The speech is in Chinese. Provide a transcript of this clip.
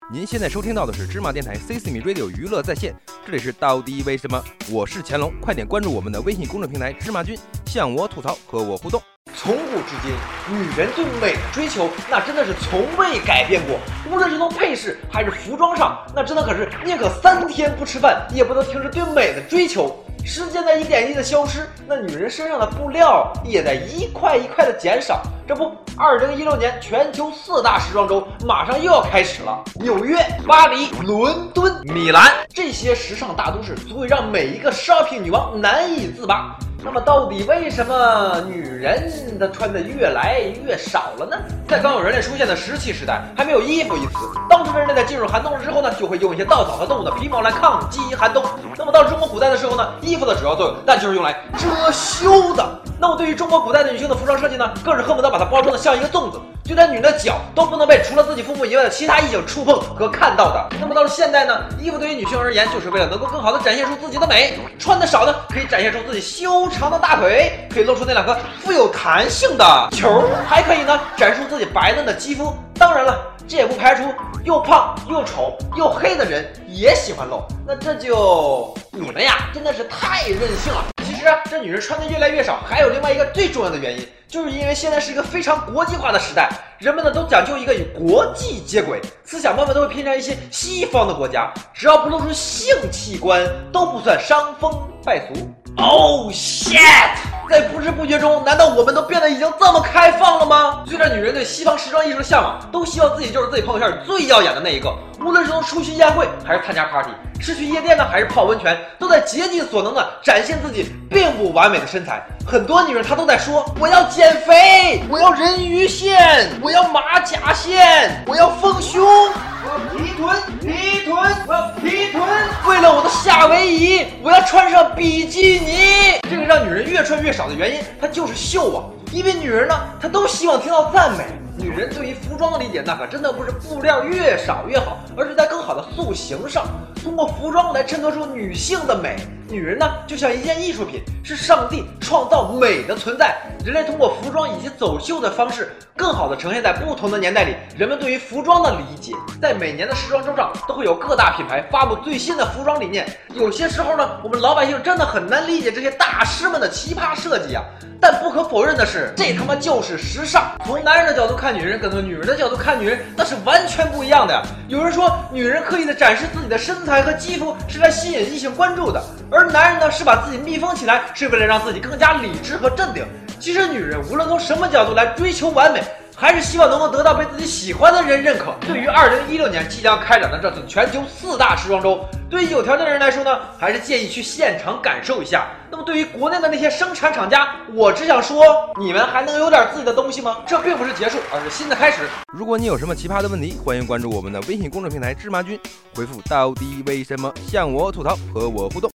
您现在收听到的是芝麻电台 CCMI Radio 娱乐在线，这里是到底为什么？我是乾隆，快点关注我们的微信公众平台芝麻君，向我吐槽，和我互动。 从古至今，女人对美的追求，那真的是从未改变过。无论是从配饰还是服装上，那真的可是宁可3天不吃饭，也不能停止对美的追求。时间在一点一滴的消失，那女人身上的布料也在一块一块的减少。这不，2016年全球4大时装周马上又要开始了。纽约、巴黎、伦敦、米兰这些时尚大都市，足以让每一个 shopping 女王难以自拔。那么到底为什么女人的穿的越来越少了呢？在刚有人类出现的石器时代，还没有衣服一词。当时人类在进入寒冬之后呢，就会用一些稻草和动物的皮毛来抗击寒冬。那么到中国古代的时候呢，衣服的主要作用那就是用来遮羞的。那么对于中国古代的女性的服装设计呢，更是恨不得把它包装的像一个粽子，就连女人的脚都不能被除了自己父母以外的其他异性触碰和看到的。那么到了现代呢，衣服对于女性而言，就是为了能够更好的展现出自己的美。穿的少呢，可以展现出自己修长的大腿，可以露出那2个富有弹性的球，还可以呢展示出自己白嫩的肌肤。当然了，这也不排除又胖又丑又黑的人也喜欢露。那这就你们呀，真的是太任性了。其实啊，这女人穿的越来越少，还有另外一个最重要的原因，就是因为现在是一个非常国际化的时代，人们呢都讲究一个与国际接轨，思想慢慢都会偏向一些西方的国家，只要不露出性器官，都不算伤风败俗。Oh shit！ 在不知不觉中，难道我们都变得已经这么开放了吗？随着女人对西方时装艺术的向往，都希望自己就是自己朋友圈最耀眼的那一个。无论是从出席宴会，还是参加 party， 是去夜店呢，还是泡温泉，都在竭尽所能的展现自己并不完美的身材。很多女人她都在说，我要减肥，我要人鱼线，我要马甲线，我要丰胸，我要劈臀，我要劈臀。为了我的夏威夷，我要穿上比基尼。这个让女人越穿越少的原因，它就是秀啊。因为女人呢，她都希望听到赞美。女人对于服装的理解，那可真的不是布料越少越好，而是在更好的塑形上，通过服装来衬托出女性的美。女人呢，就像一件艺术品，是上帝创造美的存在。人类通过服装以及走秀的方式，更好的呈现在不同的年代里人们对于服装的理解。在每年的时装周上，都会有各大品牌发布最新的服装理念。有些时候呢，我们老百姓真的很难理解这些大师们的奇葩设计啊。但不可否认的是，这他妈就是时尚。从男人的角度看女人，跟从女人的角度看女人，那是完全不一样的呀。有人说，女人刻意的展示自己的身材和肌肤是来吸引异性关注的，而男人呢，是把自己密封起来，是为了让自己更加理智和镇定。其实女人无论从什么角度来追求完美，还是希望能够得到被自己喜欢的人认可。对于2016年即将开展的这次全球4大时装周，对于有条件的人来说呢，还是建议去现场感受一下。那么对于国内的那些生产厂家，我只想说，你们还能有点自己的东西吗？这并不是结束，而是新的开始。 如果你有什么奇葩的问题，欢迎关注我们的微信公众平台芝麻君，回复到底为什么，向我吐槽，和我互动。